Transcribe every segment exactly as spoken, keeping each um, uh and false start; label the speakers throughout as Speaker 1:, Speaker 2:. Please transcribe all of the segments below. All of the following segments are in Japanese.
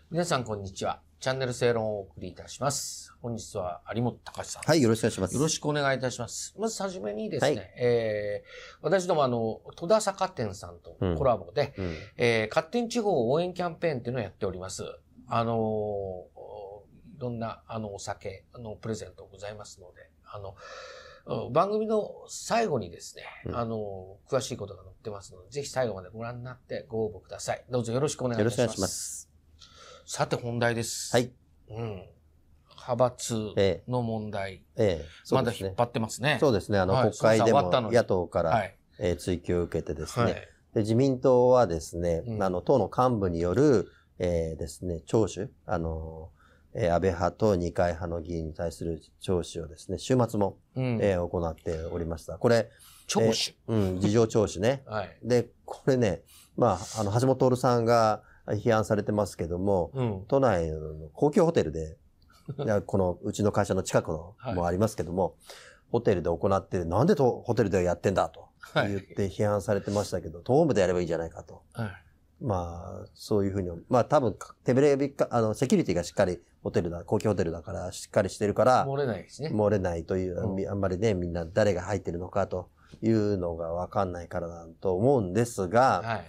Speaker 1: 皆さんこんにちは。チャンネル正論をお送りいたします。本日は有本隆さんです。
Speaker 2: はい、よろしくお願いします。
Speaker 1: よろしくお願いいたします。まずはじめにですね、
Speaker 2: はい、
Speaker 1: えー、私どもあの、戸田酒店さんとコラボで、うんうん、えー、勝手に地方応援キャンペーンっていうのをやっております。あのー、いろんなあのお酒のプレゼントございますので、あの、番組の最後にですね、うん、あの、詳しいことが載ってますので、ぜひ最後までご覧になってご応募ください。どうぞよろしくお願いいたします。よろしくお願いします。さて本題です。
Speaker 2: はい。
Speaker 1: うん。派閥の問題。
Speaker 2: ええええ
Speaker 1: まだ引っ張ってますね。
Speaker 2: そうですね。あの、はい、国会でも野党から、はい、えー、追及を受けてですね、はい、で。自民党はですね、うん、あの、党の幹部による、えー、ですね、聴取、あの、えー、安倍派と二階派の議員に対する聴取をですね、週末も、うん、えー、行っておりました。これ、
Speaker 1: 聴取、
Speaker 2: えー、うん、事情聴取ね。
Speaker 1: はい。
Speaker 2: で、これね、まあ、あの、橋本徹さんが批判されてますけども、うん、都内の高級ホテルで、このうちの会社の近くのもありますけども、はい、ホテルで行ってる、なんでとホテルでやってんだと言って批判されてましたけど、党部でやればいいじゃないかと。はい、まあ、そういうふうに、まあ多分、手ぶれびっか、あの、セキュリティがしっかりホテルだ、高級ホテルだからしっかりしてるから、
Speaker 1: 漏れないですね。
Speaker 2: 漏れないという、うん、あんまりね、みんな誰が入ってるのかというのがわかんないからだと思うんですが、はい、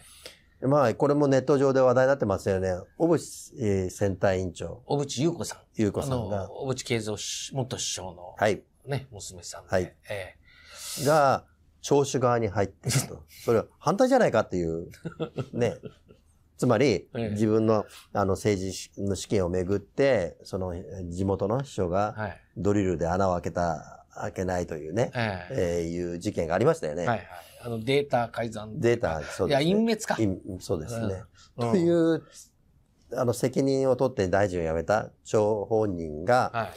Speaker 2: まあ、これもネット上で話題になってますよね。小渕、えー、選対委員長。
Speaker 1: 小渕優子さん。
Speaker 2: 優子さんが。
Speaker 1: 小渕恵三元首相の。
Speaker 2: はい。
Speaker 1: ね、娘さんで。
Speaker 2: はい。えー、が、聴取側に入っていると。それは反対じゃないかっていう。ね。つまり、えー、自分の、あの、政治の試験をめぐって、その、地元の秘書が、ドリルで穴を開けた、開けないというね、えー、えー、いう事件がありましたよね。
Speaker 1: はいはい。あの、データ改ざん。
Speaker 2: データ、そうですね。
Speaker 1: いや、隠滅か。
Speaker 2: そうですね。うん、という、あの、責任を取って大臣を辞めた張本人が、はい、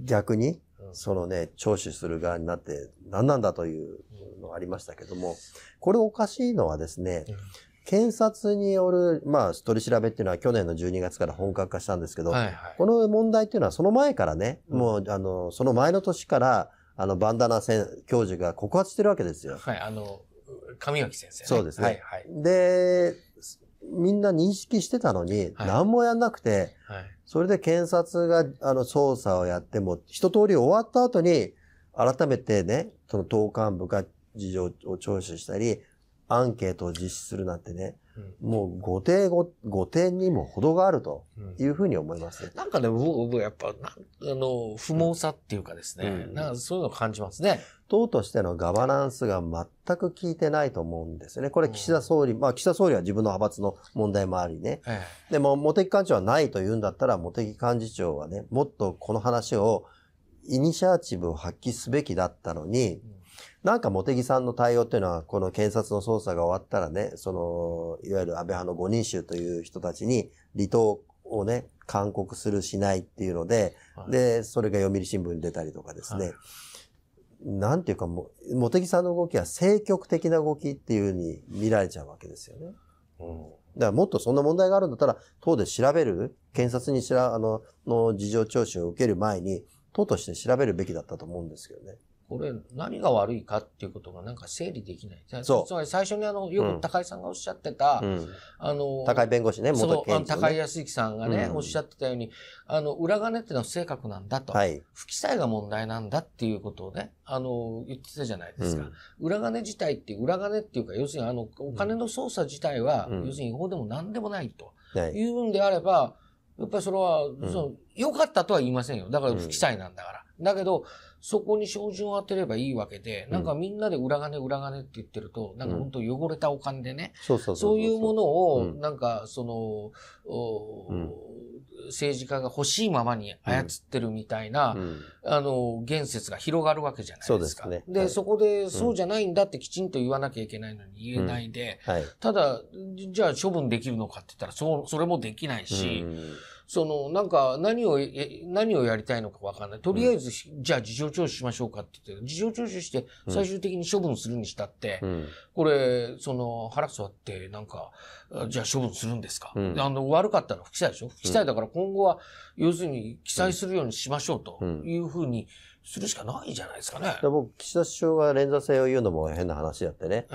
Speaker 2: 逆に、そのね、聴取する側になって、何なんだというのがありましたけども、これおかしいのはですね、うん、検察による、まあ、取り調べっていうのは去年のじゅうにがつから本格化したんですけど、はいはい、この問題っていうのはその前からね、うん、もう、あの、その前の年から、あの、バンダナ教授が告発してるわけですよ。
Speaker 1: はい、あの、上脇先生ね。
Speaker 2: そうですね。
Speaker 1: はい、はい。
Speaker 2: で、みんな認識してたのに、何もやんなくて、はい、それで検察が、あの、捜査をやっても、一通り終わった後に、改めてね、その党幹部が事情を聴取したり、アンケートを実施するなんてね、うん、もう後手後、後手にも程があるというふうに思います、ね
Speaker 1: うん。なんかね、僕、やっぱ、あの、不毛さっていうかですね、うん、なんかそういうのを感じますね。
Speaker 2: 党としてのガバナンスが全く効いてないと思うんですよね。これ岸田総理、うん、まあ岸田総理は自分の派閥の問題もありね。ええ、でも、茂木幹事長はないと言うんだったら、茂木幹事長はね、もっとこの話を、イニシアチブを発揮すべきだったのに、うん、なんか茂木さんの対応っていうのは、この検察の捜査が終わったらね、その、いわゆる安倍派のごにん衆という人たちに離党をね、勧告するしないっていうので、はい、で、それが読売新聞に出たりとかですね。はい、なんていうかもう、茂木さんの動きは政局的な動きっていう風に見られちゃうわけですよね。うん、だからもっとそんな問題があるんだったら、党で調べる、検察にしら、あの、の事情聴取を受ける前に、党として調べるべきだったと思うんですけどね。
Speaker 1: これ、何が悪いかっていうことがなんか整理できない。そう。つまり最初にあの、よく高井さんがおっしゃってた、うん、あの、
Speaker 2: 高井弁護士ね、元検事、
Speaker 1: ね、高井康之さんがね、うん、おっしゃってたように、あの、裏金ってのは不正確なんだと。はい。不記載が問題なんだっていうことをね、あの、言ってたじゃないですか。うん、裏金自体っていう、裏金っていうか、要するにあの、お金の操作自体は、うん、要するに違法でも何でもないと。はい。いうんであれば、やっぱりそれは、うん、その、良かったとは言いませんよ。だから不記載なんだから。うん、だけど、そこに照準を当てればいいわけで、なんかみんなで裏金裏金って言ってると、なんか本当汚れたお金でね、そういうものを、なんかその、うん、政治家が欲しいままに操ってるみたいな、うん、あの、言説が広がるわけじゃないですか。そうですね。で、はい、そこでそうじゃないんだってきちんと言わなきゃいけないのに言えないで、うんはい、ただ、じゃあ処分できるのかって言ったら、そう、それもできないし、うんその、なんか、何を、何をやりたいのかわかんない。とりあえず、うん、じゃあ事情聴取しましょうかって言って、事情聴取して最終的に処分するにしたって、うん、これ、その、腹座って、なんか、じゃあ処分するんですか、うん、あの、悪かったのは不記載でしょ不記載だから今後は、要するに記載するようにしましょうというふうにするしかないじゃないですかね。
Speaker 2: 僕、岸田首相が連座性を言うのも変な話だってね。ええ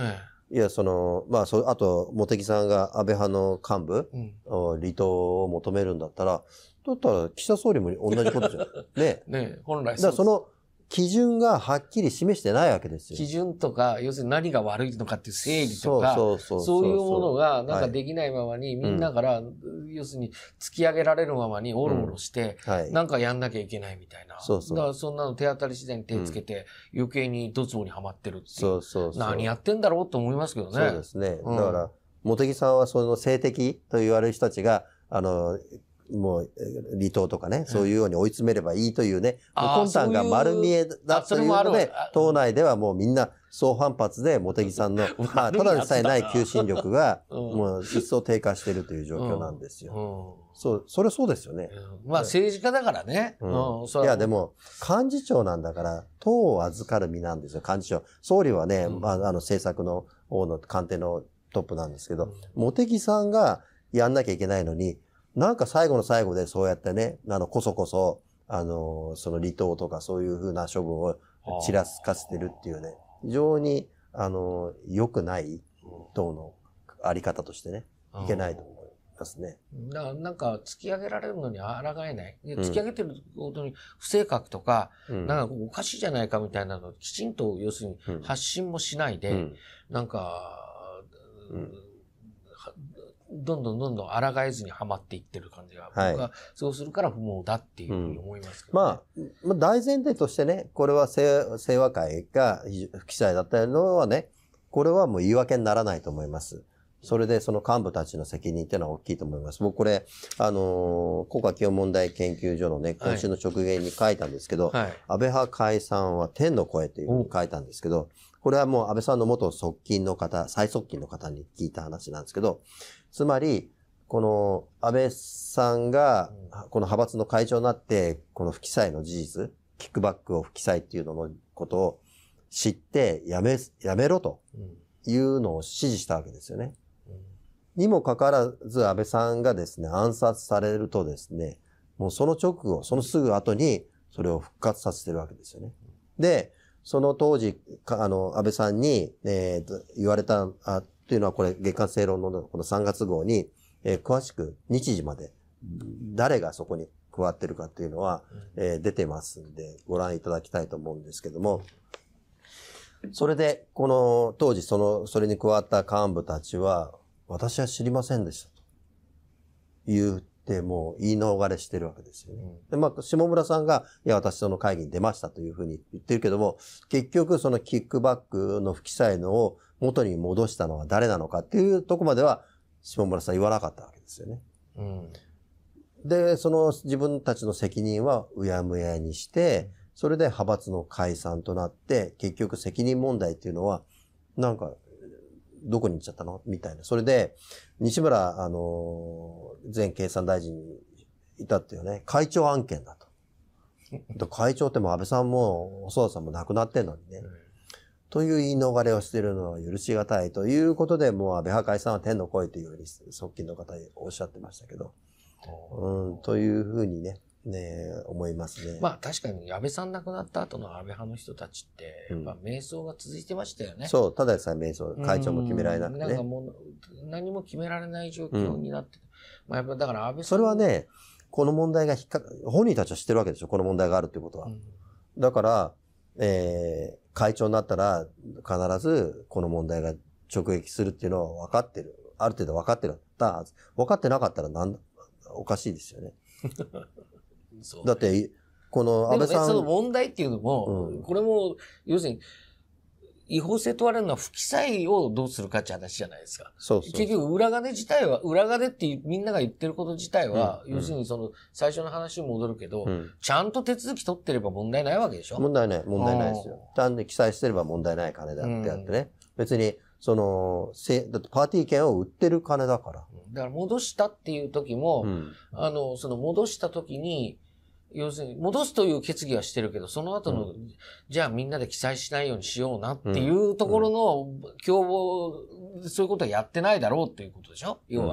Speaker 2: いや、その、まあ、そ、あと、茂木さんが安倍派の幹部、うん、離党を求めるんだったら、だったら岸田総理も同じことじゃん。ね。
Speaker 1: ね、本来そうです。
Speaker 2: だからその基準がはっきり示してないわけですよ。
Speaker 1: 基準とか、要するに何が悪いのかっていう正義とか、そうそうそうそうそういうものがなんかできないままに、はい、みんなから、うん、要するに突き上げられるままにオロオロして、うんはい、なんかやんなきゃいけないみたいな。そうそう。だからそんなの手当たり次第に手つけて、うん、余計にドツボにはまってるっていう。そうそうそう。何やってんだろうと思いますけどね。
Speaker 2: そうですね。うん、だから、茂木さんはその性的と言われる人たちが、あの、もう、離党とかね、そういうように追い詰めればいいというね、魂胆が丸見えだというので、党内ではもうみんな総反発で、茂木さんの、まあ、ただでさえない求心力が、もう一層低下しているという状況なんですよ。うんうん、そう、それそうですよね。
Speaker 1: うん、まあ政治家だからね。
Speaker 2: うん、いや、でも、幹事長なんだから、党を預かる身なんですよ、幹事長。総理はね、うん、まあ、あの、政策の方の官邸のトップなんですけど、茂木さんがやんなきゃいけないのに、なんか最後の最後でそうやってね、あの、こそこそ、あの、その離党とかそういうふうな処分をちらつかせてるっていうね、非常に、あの、良くない党のあり方としてね、いけないと思いますね。
Speaker 1: だからなんか突き上げられるのに抗えない。突き上げてることに不正確とか、うん、なんかおかしいじゃないかみたいなのをきちんと要するに発信もしないで、うん、なんか、うんどんどんどんどん抗えずにはまっていってる感じが、はい、僕はそうするから不毛だっていうふうに思いますけど、ね
Speaker 2: うん、まあ、大前提としてね、これは清和会が不記載だったのはね、これはもう言い訳にならないと思います。それでその幹部たちの責任っていうのは大きいと思います。僕これ、あのー、国家基本問題研究所のね、今週の直言に書いたんですけど、はい、安倍派解散は天の声というふうに書いたんですけど、これはもう安倍さんの元側近の方、最側近の方に聞いた話なんですけど、つまり、この安倍さんが、この派閥の会長になって、この不記載の事実、キックバックを不記載っていうののことを知って、やめ、やめろというのを指示したわけですよね。にもかかわらず安倍さんがですね、暗殺されるとですね、もうその直後、そのすぐ後にそれを復活させてるわけですよね。で、その当時、あの、安倍さんに、えー、言われた、あ、っていうのはこれ、月刊正論のこのさんがつ号に、えー、詳しく日時まで、誰がそこに加わってるかっていうのは、えー、出てますんで、ご覧いただきたいと思うんですけども、それで、この、当時その、それに加わった幹部たちは、私は知りませんでしたと言ってもう言い逃れしてるわけですよね。うん、で、まあ、下村さんが、いや、私その会議に出ましたというふうに言ってるけども、結局そのキックバックの不記載のを元に戻したのは誰なのかっていうところまでは、下村さん言わなかったわけですよね。うん、で、その自分たちの責任はうやむやにして、それで派閥の解散となって、結局責任問題っていうのは、なんか、どこに行っちゃったのみたいな。それで、西村、あの、前経産大臣にいたっていうね、会長案件だと。会長っても安倍さんも細田さんも亡くなってんのにね。うん、という言い逃れをしているのは許しがたいということで、もう安倍派解散は天の声というふうに側近の方おっしゃってましたけど。うん、というふうにね、ね思いますね。
Speaker 1: まあ確かに安倍さん亡くなった後の安倍派の人たちって、やっぱ迷走が続いてましたよね。
Speaker 2: うん、そう、ただでさえ迷走、会長も決められなくてね。
Speaker 1: なんかもう何も決められない状況になって、うん、まあやっぱだから安倍さん。
Speaker 2: それはね、この問題が引っかか、本人たちは知ってるわけでしょ、この問題があるっていうことは。うん、だから、えー、会長になったら必ずこの問題が直撃するっていうのは分かってる。ある程度分かってる。だ分かってなかったらなんだ、おかしいですよね。そうね、だって、この安倍さん。
Speaker 1: その問題っていうのも、うん、これも、要するに、違法性問われるのは不記載をどうするかって話じゃないですか。そうそうそう。結局、裏金自体は、裏金ってみんなが言ってること自体は、うん、要するにその、最初の話に戻るけど、うん、ちゃんと手続き取ってれば問題ないわけでしょ？
Speaker 2: 問題ない、問題ないですよ。ちゃんと記載してれば問題ない金だってやってね。うん、別に、その、せ、だってパーティー券を売ってる金だから。
Speaker 1: だから戻したっていう時も、うん、あの、その戻した時に、要するに、戻すという決議はしてるけど、その後の、うん、じゃあみんなで記載しないようにしようなっていうところの共謀、そういうことはやってないだろうっていうことでしょ、うん、要は。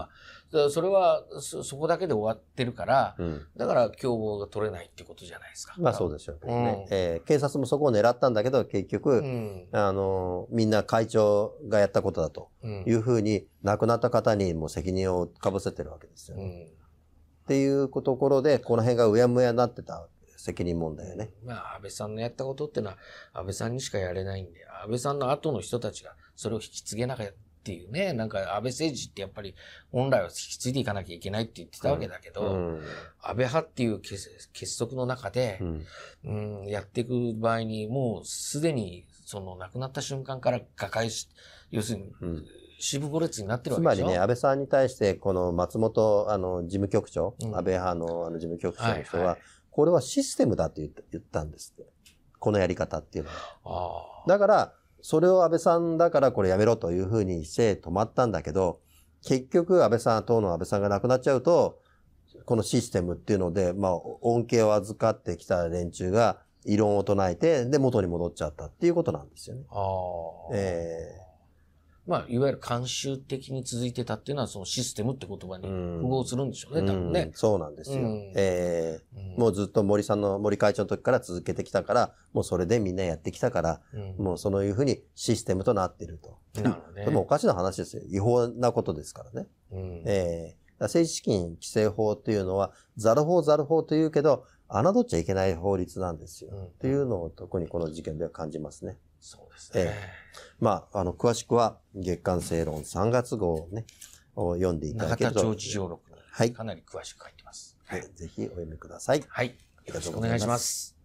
Speaker 1: それはそ、そこだけで終わってるから、うん、だから共謀が取れないっていうことじゃないですか。
Speaker 2: まあそうでしょうね。うん、えー、警察もそこを狙ったんだけど、結局、うん、あの、みんな会長がやったことだというふうに、亡くなった方にも責任をかぶせてるわけですよね。うん、っていうところで、この辺がうやむやになってた責任問題よね。
Speaker 1: まあ、安倍さんのやったことっていうのは、安倍さんにしかやれないんで、安倍さんの後の人たちがそれを引き継げなかった。っていうね、なんか安倍政治ってやっぱり本来は引き継いでいかなきゃいけないって言ってたわけだけど、うん、安倍派っていう結束の中で、うんうん、やっていく場合にもうすでにその亡くなった瞬間から瓦解し、要するに、うん四分五裂になってるわけでしょ。
Speaker 2: つまりね、安倍さんに対してこの松本あの事務局長、うん、安倍派のあの事務局長の人は、はいはい、これはシステムだって言った、言ったんですって。このやり方っていうのは。だから、それを安倍さんだからこれやめろというふうにして止まったんだけど、結局安倍さん、党の安倍さんが亡くなっちゃうと、このシステムっていうので、まあ、恩恵を預かってきた連中が異論を唱えて、で、元に戻っちゃったっていうことなんですよね。あ
Speaker 1: えーまあ、いわゆる慣習的に続いてたっていうのは、そのシステムって言葉に符合するんでしょうね、うん、多分ね、うん。
Speaker 2: そうなんですよ。うん、えーうん、もうずっと森さんの、森会長の時から続けてきたから、もうそれでみんなやってきたから、うん、もうそういうふうにシステムとなっていると。なるほどね。でもおかしな話ですよ。違法なことですからね。うんえー、政治資金規正法っていうのは、ザル法ザル法というけど、侮っちゃいけない法律なんですよ。うん、っていうのを特にこの事件では感じますね。
Speaker 1: そうですね。えー、
Speaker 2: まあ、あの、詳しくは月刊正論さんがつ号をね、を読んでいただけると。
Speaker 1: 永田町事情録にかなり詳しく書いてます。
Speaker 2: はい。はい、ぜひお読みください。
Speaker 1: はい。よろしくお願いします。